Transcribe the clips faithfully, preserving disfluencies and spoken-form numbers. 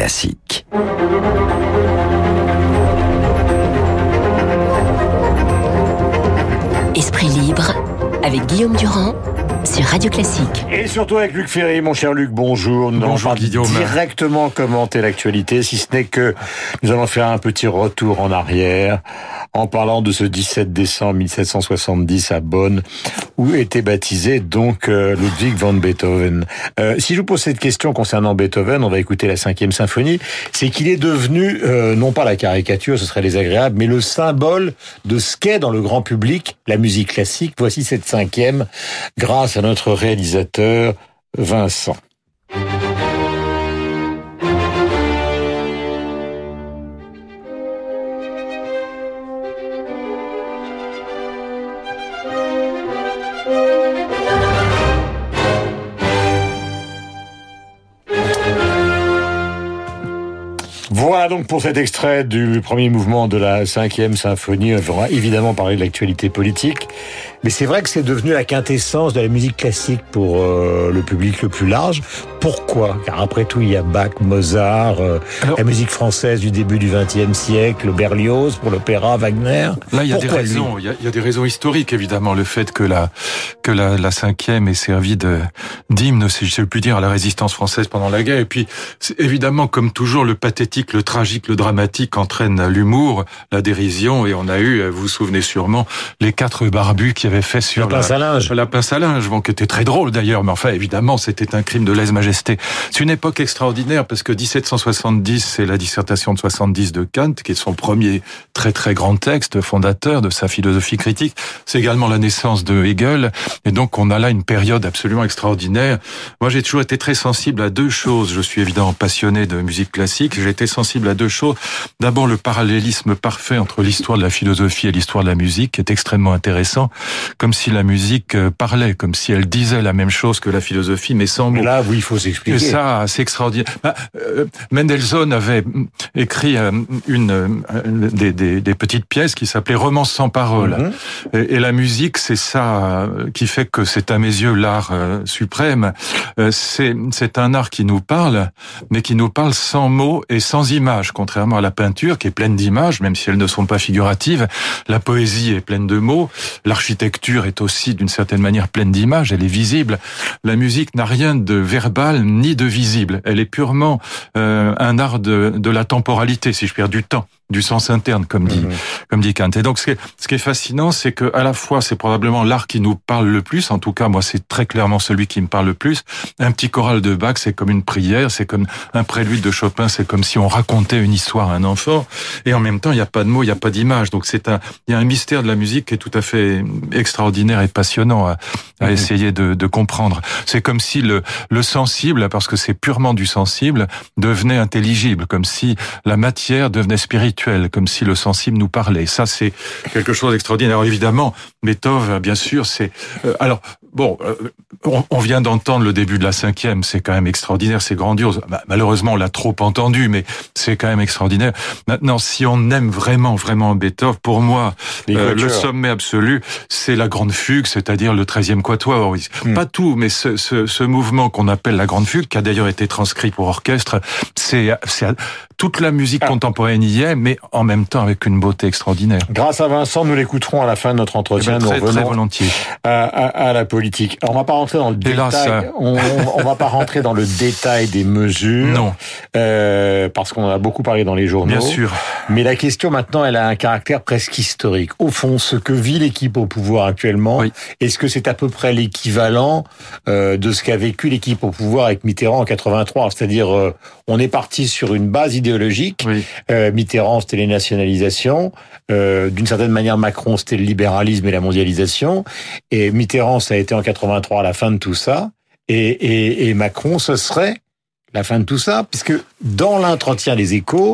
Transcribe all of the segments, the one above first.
Classique. Esprit libre avec Guillaume Durand sur Radio Classique. Et surtout avec Luc Ferry, mon cher Luc, bonjour. Nous allons pas directement commenter l'actualité, si ce n'est que nous allons faire un petit retour en arrière en parlant de ce dix-sept décembre mille sept cent soixante-dix à Bonn, où était baptisé donc euh, Ludwig van Beethoven. Euh, si je vous pose cette question concernant Beethoven, on va écouter la cinquième symphonie, c'est qu'il est devenu, euh, non pas la caricature, ce serait désagréable, mais le symbole de ce qu'est dans le grand public la musique classique. Voici cette cinquième, grâce à notre réalisateur Vincent. Voilà donc pour cet extrait du premier mouvement de la cinquième symphonie. On va évidemment parler de l'actualité politique, mais c'est vrai que c'est devenu la quintessence de la musique classique pour euh, le public le plus large. Pourquoi ? Car après tout, il y a Bach, Mozart, euh, Alors, la musique française du début du vingtième siècle, Berlioz pour l'opéra, Wagner. Là, il y a Pourquoi des raisons. Il y a, il y a des raisons historiques, évidemment. Le fait que la que la, la cinquième ait servi de d'hymne, si je puis dire, à la résistance française pendant la guerre. Et puis, c'est évidemment, comme toujours, le pathétique, le tragique, le dramatique entraîne l'humour, la dérision. Et on a eu, vous vous souvenez sûrement, les quatre barbus qui avaient fait sur la pince à linge, la pince à linge, bon, qui était très drôle d'ailleurs. Mais enfin, évidemment, c'était un crime de lèse-majesté. C'est une époque extraordinaire parce que dix-sept cent soixante-dix, c'est la dissertation de soixante-dix de Kant, qui est son premier très très grand texte fondateur de sa philosophie critique. C'est également la naissance de Hegel. Et donc, on a là une période absolument extraordinaire. Moi, j'ai toujours été très sensible à deux choses. Je suis évidemment passionné de musique classique. J'ai été sensible à deux choses. D'abord, le parallélisme parfait entre l'histoire de la philosophie et l'histoire de la musique, qui est extrêmement intéressant. Comme si la musique parlait, comme si elle disait la même chose que la philosophie, mais sans mots. Mais là, oui, il faut s'expliquer. Et ça, c'est extraordinaire. Bah, euh, Mendelssohn avait écrit euh, une euh, des, des, des petites pièces qui s'appelaient Romances sans parole. Mm-hmm. Et, et la musique, c'est ça qui fait que c'est à mes yeux l'art euh, suprême. Euh, c'est c'est un art qui nous parle, mais qui nous parle sans mots et sans images, contrairement à la peinture qui est pleine d'images, même si elles ne sont pas figuratives. La poésie est pleine de mots. L'architecture est aussi d'une certaine manière pleine d'images. Elle est visible. La musique n'a rien de verbal ni de visible. Elle est purement euh, un art de, de la temporalité, si je puis dire, du temps, du sens interne, comme dit, mmh. comme dit Kant. Et donc, ce qui est, ce qui est fascinant, c'est que à la fois, c'est probablement l'art qui nous parle le plus. En tout cas, moi, c'est très clairement celui qui me parle le plus. Un petit choral de Bach, c'est comme une prière, c'est comme un prélude de Chopin, c'est comme si on racontait une histoire à un enfant. Et en même temps, il n'y a pas de mots, il n'y a pas d'image. Donc, c'est un, il y a un mystère de la musique qui est tout à fait extraordinaire et passionnant à, à mmh. essayer de, de comprendre. C'est comme si le, le sensible, parce que c'est purement du sensible, devenait intelligible, comme si la matière devenait spirituelle, comme si le sensible nous parlait. Ça, c'est quelque chose d'extraordinaire. Alors évidemment, Beethoven, bien sûr, c'est... Euh, alors, bon, euh, on, on vient d'entendre le début de la cinquième, c'est quand même extraordinaire, c'est grandiose. Bah, malheureusement, on l'a trop entendu, mais c'est quand même extraordinaire. Maintenant, si on aime vraiment, vraiment Beethoven, pour moi, euh, le sommet absolu, c'est la grande fugue, c'est-à-dire le treizième quatuor. Oui. Hmm. Pas tout, mais ce, ce, ce mouvement qu'on appelle la grande fugue, qui a d'ailleurs été transcrit pour orchestre, c'est, c'est toute la musique ah. contemporaine y est, mais en même temps avec une beauté extraordinaire. Grâce à Vincent, nous l'écouterons à la fin de notre entretien. Eh ben, très, nous très volontiers. À, à, à la politique. Alors, on va pas rentrer dans le Hélas, détail. ça... On, on va pas rentrer dans le détail des mesures. Non. Euh, parce qu'on en a beaucoup parlé dans les journaux. Bien sûr. Mais la question maintenant, elle a un caractère presque historique. Au fond, ce que vit l'équipe au pouvoir actuellement, oui. est-ce que c'est à peu près l'équivalent euh, de ce qu'a vécu l'équipe au pouvoir avec Mitterrand en quatre-vingt-trois ? C'est-à-dire, euh, on est parti sur une base idéologique. Oui. Euh, Mitterrand, c'était les nationalisations. Euh, d'une certaine manière, Macron, c'était le libéralisme et la mondialisation. Et Mitterrand, ça a été en quatre-vingt-trois la fin de tout ça. Et, et, et Macron, ce serait la fin de tout ça, puisque dans l'entretien des Échos,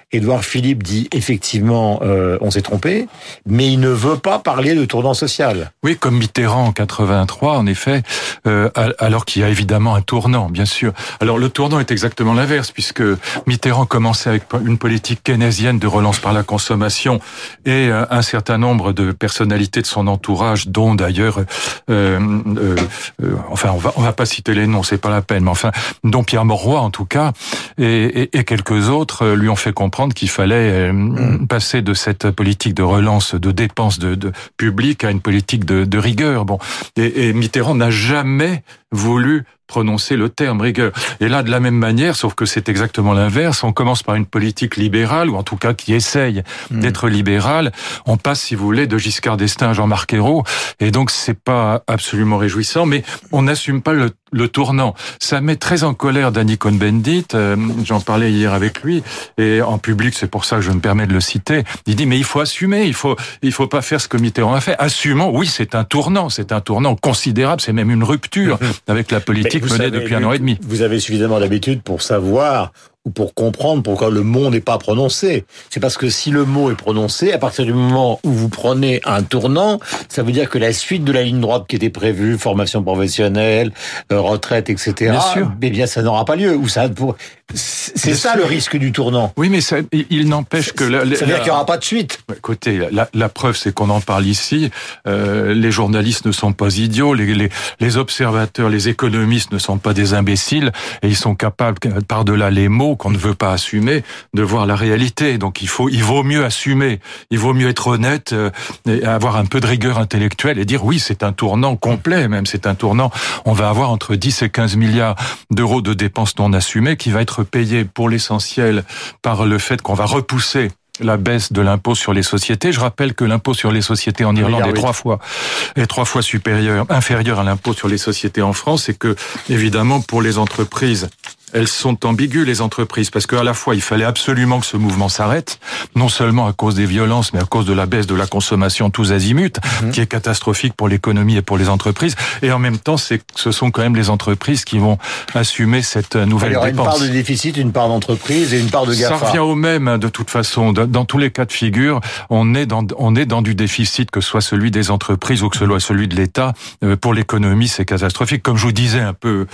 Édouard Philippe dit effectivement, euh, on s'est trompé, mais il ne veut pas parler de tournant social. Oui, comme Mitterrand en quatre-vingt-trois, en effet, euh, alors qu'il y a évidemment un tournant, bien sûr. Alors le tournant est exactement l'inverse, puisque Mitterrand commençait avec une politique keynésienne de relance par la consommation et euh, un certain nombre de personnalités de son entourage, dont d'ailleurs, euh, euh, euh, enfin, on va on va pas citer les noms, c'est pas la peine, mais enfin, dont Pierre Mauroy en tout cas, et, et, et quelques autres lui ont fait comprendre qu'il fallait mmh. passer de cette politique de relance de dépenses de, de publiques à une politique de, de rigueur. Bon, et, et Mitterrand n'a jamais voulu prononcer le terme rigueur. Et là, de la même manière, sauf que c'est exactement l'inverse, on commence par une politique libérale, ou en tout cas qui essaye mmh. d'être libérale. On passe, si vous voulez, de Giscard d'Estaing à Jean-Marc Ayrault, et donc c'est pas absolument réjouissant, mais on n'assume pas le, le tournant. Ça met très en colère Danny Cohn-Bendit, euh, j'en parlais hier avec lui, et en public, c'est pour ça que je me permets de le citer. Il dit, mais il faut assumer, il faut, il faut pas faire ce que Mitterrand a fait. Assumons, oui, c'est un tournant, c'est un tournant considérable, c'est même une rupture mmh. avec la politique menée savez, depuis un an et demi. Vous avez suffisamment d'habitude pour savoir ou pour comprendre pourquoi le mot n'est pas prononcé. C'est parce que si le mot est prononcé, à partir du moment où vous prenez un tournant, ça veut dire que la suite de la ligne droite qui était prévue, formation professionnelle, euh, retraite, et cetera, bien sûr. Eh bien, ça n'aura pas lieu. Ou ça, pour... C'est bien ça sûr. Le risque du tournant. Oui, mais ça, il n'empêche que... La, la, ça veut dire qu'il n'y aura pas de suite. Écoutez, la, la preuve, c'est qu'on en parle ici. Euh, les journalistes ne sont pas idiots, les, les, les observateurs, les économistes ne sont pas des imbéciles, et ils sont capables, par-delà les mots, qu'on ne veut pas assumer, de voir la réalité. Donc il faut, il vaut mieux assumer, il vaut mieux être honnête, euh, et avoir un peu de rigueur intellectuelle et dire oui, c'est un tournant complet, même c'est un tournant. On va avoir entre dix et quinze milliards d'euros de dépenses non assumées qui va être payé pour l'essentiel par le fait qu'on va repousser la baisse de l'impôt sur les sociétés. Je rappelle que l'impôt sur les sociétés en Irlande est trois fois, est trois fois supérieur, inférieur à l'impôt sur les sociétés en France, et que, évidemment, pour les entreprises, elles sont ambiguës, les entreprises, parce qu'à la fois, il fallait absolument que ce mouvement s'arrête, non seulement à cause des violences, mais à cause de la baisse de la consommation tous azimuts, mmh. qui est catastrophique pour l'économie et pour les entreprises, et en même temps, c'est, ce sont quand même les entreprises qui vont assumer cette nouvelle dépense. Il y aura dépense. Une part de déficit, une part d'entreprise et une part de GAFA. Ça revient au même, de toute façon. Dans tous les cas de figure, on est dans, on est dans du déficit, que ce soit celui des entreprises ou que ce soit celui de l'État. Pour l'économie, c'est catastrophique. Comme je vous disais un peu,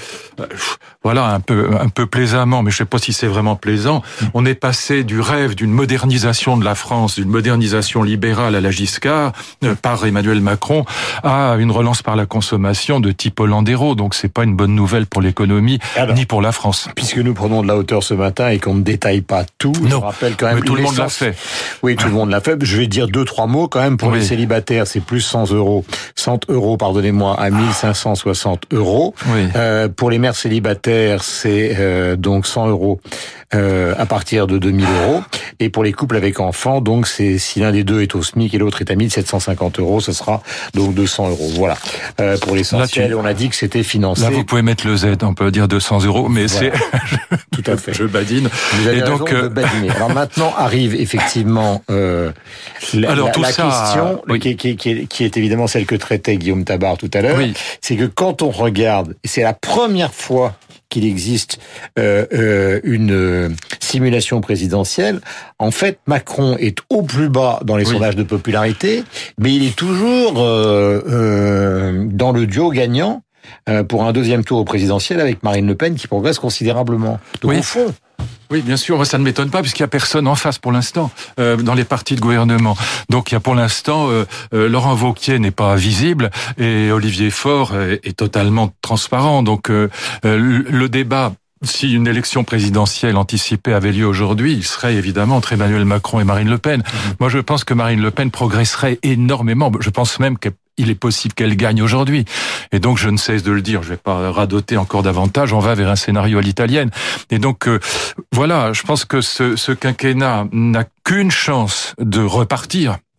voilà, un peu, un peu plaisamment, mais je sais pas si c'est vraiment plaisant, on est passé du rêve d'une modernisation de la France, d'une modernisation libérale à la Giscard, euh, par Emmanuel Macron, à une relance par la consommation de type Hollandero. Donc c'est pas une bonne nouvelle pour l'économie, alors, ni pour la France. Puisque nous prenons de la hauteur ce matin et qu'on ne détaille pas tout, non, je rappelle quand même mais tout le monde l'a fait. Oui, tout le monde l'a fait. Je vais dire deux, trois mots quand même. Pour oui. les célibataires, c'est plus cent euros, cent euros, pardonnez-moi, à mille cinq cent soixante euros. Oui. Euh, pour les mères célibataires, c'est Euh, donc cent euros euh, à partir de deux mille euros. Et pour les couples avec enfants, donc c'est si l'un des deux est au SMIC et l'autre est à mille sept cent cinquante euros, ce sera donc deux cents euros. Voilà. Euh, pour l'essentiel, tu... on a dit que c'était financé. Là, vous pouvez mettre le Z, on peut dire deux cents euros, mais voilà. c'est tout à fait. Je badine. Vous avez et raison donc, de badiner. Alors maintenant arrive effectivement euh, la, Alors, la, tout la ça, question oui. qui, qui, qui, est, qui est évidemment celle que traitait Guillaume Tabar tout à l'heure. Oui. C'est que quand on regarde, et c'est la première fois qu'il existe euh, euh, une euh, simulation présidentielle, en fait, Macron est au plus bas dans les oui. sondages de popularité, mais il est toujours euh, euh, dans le duo gagnant euh, pour un deuxième tour au présidentiel avec Marine Le Pen qui progresse considérablement. Donc oui. au fond... Oui, bien sûr, ça ne m'étonne pas puisqu'il n'y a personne en face pour l'instant euh, dans les partis de gouvernement. Donc il y a pour l'instant euh, euh, Laurent Wauquiez n'est pas visible et Olivier Faure est, est totalement transparent. Donc euh, euh, le débat, si une élection présidentielle anticipée avait lieu aujourd'hui, il serait évidemment entre Emmanuel Macron et Marine Le Pen. Mmh. Moi, je pense que Marine Le Pen progresserait énormément. Je pense même qu'elle il est possible qu'elle gagne aujourd'hui. Et donc, je ne cesse de le dire, je vais pas radoter encore davantage, on va vers un scénario à l'italienne. Et donc, euh, voilà, je pense que ce, ce quinquennat n'a qu'une chance de repartir.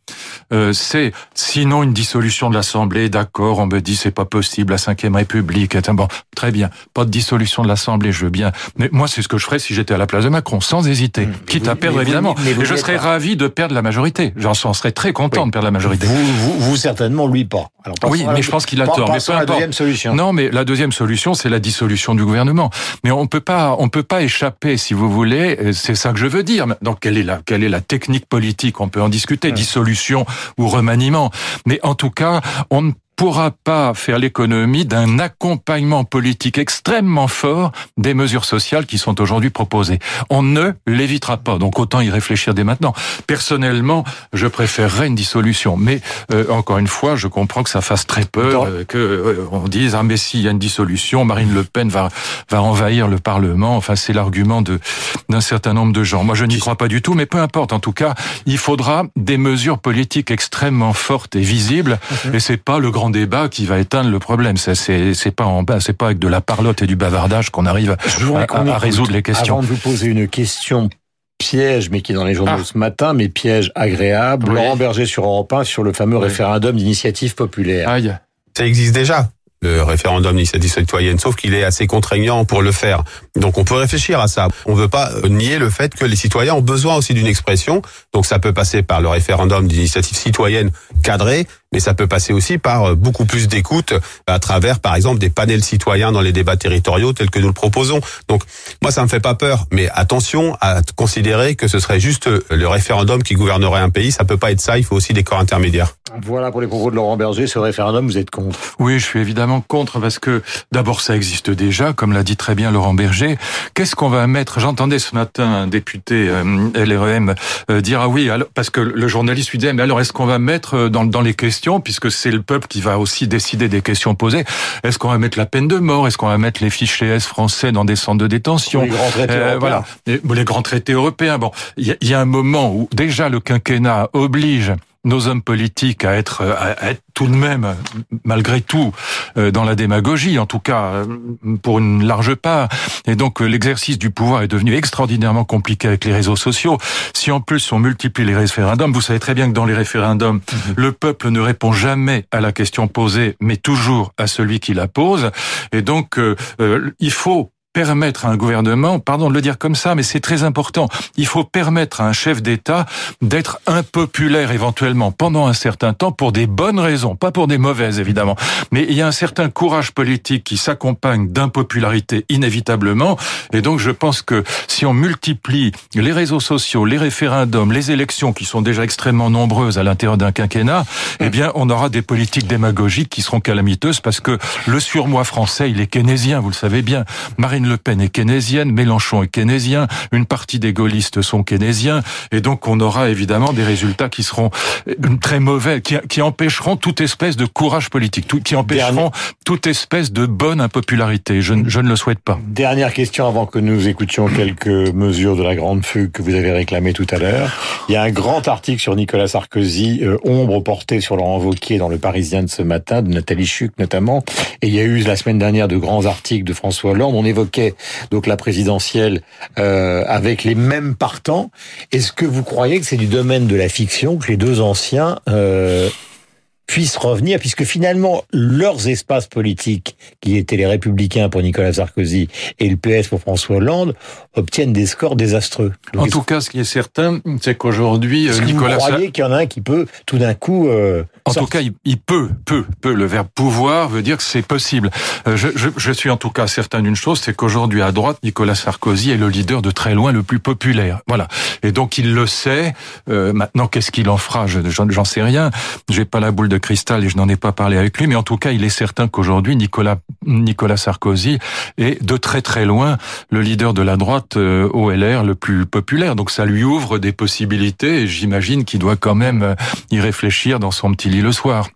euh, c'est sinon une dissolution de l'Assemblée, d'accord, on me dit c'est pas possible, la cinquième République, bon, très bien, pas de dissolution de l'Assemblée, je veux bien, mais moi c'est ce que je ferais si j'étais à la place de Macron, sans hésiter, mmh. quitte vous, à perdre évidemment, vous, et je serais pas. ravi de perdre la majorité, j'en serais très content oui. de perdre la majorité. Vous, vous, vous certainement, lui pas. Alors, oui, mais je pense qu'il a tort. Mais peu la deuxième solution. Non, mais la deuxième solution, c'est la dissolution du gouvernement. Mais on peut pas, on peut pas échapper, si vous voulez. C'est ça que je veux dire. Donc, quelle est la, quelle est la technique politique? On peut en discuter, mmh. dissolution ou remaniement. Mais en tout cas, on ne pourra pas faire l'économie d'un accompagnement politique extrêmement fort des mesures sociales qui sont aujourd'hui proposées. On ne l'évitera pas, donc autant y réfléchir dès maintenant. Personnellement, je préférerais une dissolution, mais euh, encore une fois, je comprends que ça fasse très peur, euh, que euh, on dise ah mais si il y a une dissolution, Marine Le Pen va va envahir le Parlement. Enfin, c'est l'argument de d'un certain nombre de gens. Moi, je n'y crois pas du tout, mais peu importe. En tout cas, il faudra des mesures politiques extrêmement fortes et visibles, mmh. et c'est pas le grand débat qui va éteindre le problème. C'est, c'est, c'est pas en bas, c'est pas avec de la parlotte et du bavardage qu'on arrive à, à, à résoudre les questions. Avant de vous poser une question piège, mais qui est dans les journaux ah. ce matin, mais piège agréable, oui. Laurent Berger sur Europe un sur le fameux oui. référendum d'initiative populaire. Aïe. Ça existe déjà, le référendum d'initiative citoyenne, sauf qu'il est assez contraignant pour le faire. Donc on peut réfléchir à ça. On ne veut pas nier le fait que les citoyens ont besoin aussi d'une expression. Donc ça peut passer par le référendum d'initiative citoyenne cadré, mais ça peut passer aussi par beaucoup plus d'écoute à travers, par exemple, des panels citoyens dans les débats territoriaux tels que nous le proposons. Donc moi, ça me fait pas peur, mais attention à considérer que ce serait juste le référendum qui gouvernerait un pays. Ça peut pas être ça, il faut aussi des corps intermédiaires. Voilà pour les propos de Laurent Berger. Ce référendum, vous êtes contre? Oui, je suis évidemment contre parce que d'abord, ça existe déjà, comme l'a dit très bien Laurent Berger. Qu'est-ce qu'on va mettre? J'entendais ce matin un député euh, L R E M euh, dire ah oui, alors, parce que le journaliste lui disait mais alors est-ce qu'on va mettre dans dans les questions, puisque c'est le peuple qui va aussi décider des questions posées, est-ce qu'on va mettre la peine de mort, est-ce qu'on va mettre les fichiers S français dans des centres de détention, les grands traités euh, européens. Voilà, les, les grands traités européens. Bon, il y, y a un moment où déjà le quinquennat oblige nos hommes politiques à être, à être tout de même, malgré tout, dans la démagogie, en tout cas pour une large part. Et donc l'exercice du pouvoir est devenu extraordinairement compliqué avec les réseaux sociaux. Si en plus on multiplie les référendums, vous savez très bien que dans les référendums, mmh. le peuple ne répond jamais à la question posée, mais toujours à celui qui la pose. Et donc euh, euh, il faut permettre à un gouvernement, pardon de le dire comme ça, mais c'est très important, il faut permettre à un chef d'État d'être impopulaire éventuellement pendant un certain temps pour des bonnes raisons, pas pour des mauvaises évidemment, mais il y a un certain courage politique qui s'accompagne d'impopularité inévitablement, et donc je pense que si on multiplie les réseaux sociaux, les référendums, les élections qui sont déjà extrêmement nombreuses à l'intérieur d'un quinquennat, eh bien on aura des politiques démagogiques qui seront calamiteuses parce que le surmoi français, il est keynésien, vous le savez bien. Marine Le Pen est keynésienne, Mélenchon est keynésien, une partie des gaullistes sont keynésiens, et donc on aura évidemment des résultats qui seront très mauvais, qui, qui empêcheront toute espèce de courage politique, tout, qui empêcheront Dernier. toute espèce de bonne impopularité. Je, je ne le souhaite pas. Dernière question avant que nous écoutions quelques mesures de la grande fugue que vous avez réclamées tout à l'heure. Il y a un grand article sur Nicolas Sarkozy, euh, ombre portée sur Laurent Wauquiez dans Le Parisien de ce matin, de Nathalie Chuc notamment, et il y a eu la semaine dernière de grands articles de François Hollande. On évoquait donc la présidentielle euh, avec les mêmes partants. Est-ce que vous croyez que c'est du domaine de la fiction que les deux anciens euh, puissent revenir, puisque finalement leurs espaces politiques, qui étaient les Républicains pour Nicolas Sarkozy et le P S pour François Hollande, obtiennent des scores désastreux? Donc, en tout cas, ce qui est certain, c'est qu'aujourd'hui, est-ce Nicolas... Vous croyez qu'il y en a un qui peut tout d'un coup... Euh, en sortir. tout cas, il, il peut, peut, peut. Le verbe pouvoir veut dire que c'est possible. Euh, je, je, je suis en tout cas certain d'une chose, c'est qu'aujourd'hui, à droite, Nicolas Sarkozy est le leader de très loin le plus populaire. Voilà. Et donc, il le sait. Euh, maintenant, qu'est-ce qu'il en fera? Je, j'en sais rien. J'ai pas la boule de cristal et je n'en ai pas parlé avec lui, mais en tout cas, il est certain qu'aujourd'hui, Nicolas, Nicolas Sarkozy est de très très loin le leader de la droite euh, au L R le plus populaire. Donc, ça lui ouvre des possibilités et j'imagine qu'il doit quand même y réfléchir dans son petit lit le soir. Mmh.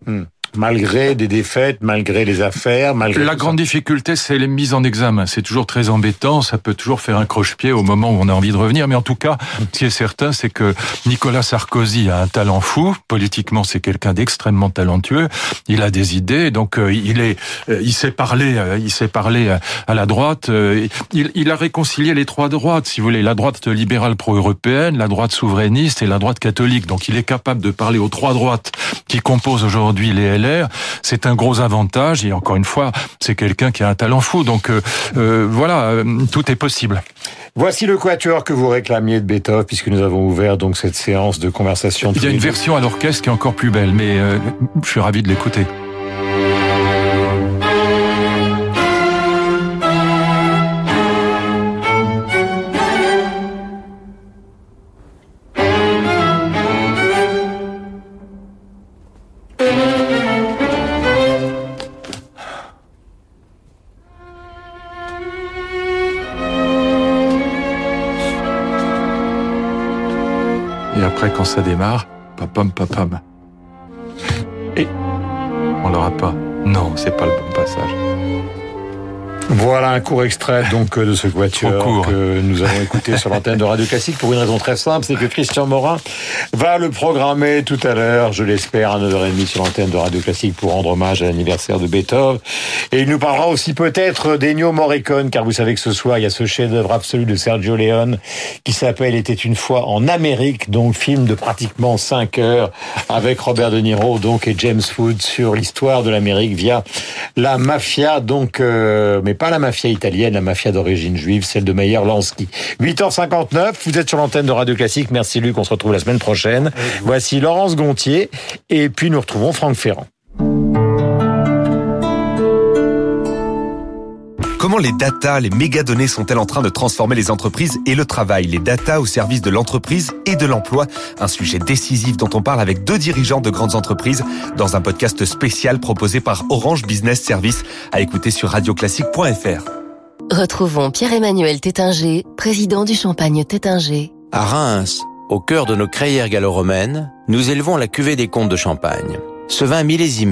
Malgré des défaites, malgré les affaires, malgré... La grande difficulté, c'est les mises en examen. C'est toujours très embêtant, ça peut toujours faire un croche-pied au moment où on a envie de revenir. Mais en tout cas, ce qui est certain, c'est que Nicolas Sarkozy a un talent fou. Politiquement, c'est quelqu'un d'extrêmement talentueux. Il a des idées, donc euh, il est, euh, il sait parler, euh, il sait parler à, à la droite. Euh, il, il a réconcilié les trois droites, si vous voulez, la droite libérale pro-européenne, la droite souverainiste et la droite catholique. Donc il est capable de parler aux trois droites qui composent aujourd'hui les L R. C'est un gros avantage et encore une fois, c'est quelqu'un qui a un talent fou. Donc euh, euh, voilà, euh, tout est possible. Voici le quatuor que vous réclamiez de Beethoven, puisque nous avons ouvert donc cette séance de conversation. Il y a une version à l'orchestre qui est encore plus belle, mais euh, je suis ravi de l'écouter. Et après, quand ça démarre, papam, papam. Et on l'aura pas. Non, c'est pas le bon passage. Voilà un court extrait donc de ce quatuor que nous avons écouté sur l'antenne de Radio Classique pour une raison très simple, c'est que Christian Morin va le programmer tout à l'heure, je l'espère, à neuf heures trente sur l'antenne de Radio Classique pour rendre hommage à l'anniversaire de Beethoven. Et il nous parlera aussi peut-être d'Ennio Morricone, car vous savez que ce soir, il y a ce chef-d'œuvre absolu de Sergio Leone qui s'appelle « Était une fois en Amérique », donc film de pratiquement cinq heures avec Robert De Niro donc et James Woods sur l'histoire de l'Amérique via la mafia, donc euh, mais pas la mafia italienne, la mafia d'origine juive, celle de Meyer Lansky. huit heures cinquante-neuf, vous êtes sur l'antenne de Radio Classique. Merci Luc, on se retrouve la semaine prochaine. Voici Laurence Gontier et puis nous retrouvons Franck Ferrand. Comment les data, les mégadonnées sont-elles en train de transformer les entreprises et le travail? Les data au service de l'entreprise et de l'emploi, un sujet décisif dont on parle avec deux dirigeants de grandes entreprises dans un podcast spécial proposé par Orange Business Service à écouter sur radioclassique point f r. Retrouvons Pierre-Emmanuel Tétinger, président du Champagne Tétinger. À Reims, au cœur de nos crayères gallo-romaines, nous élevons la cuvée des comtes de Champagne. Ce vin millésime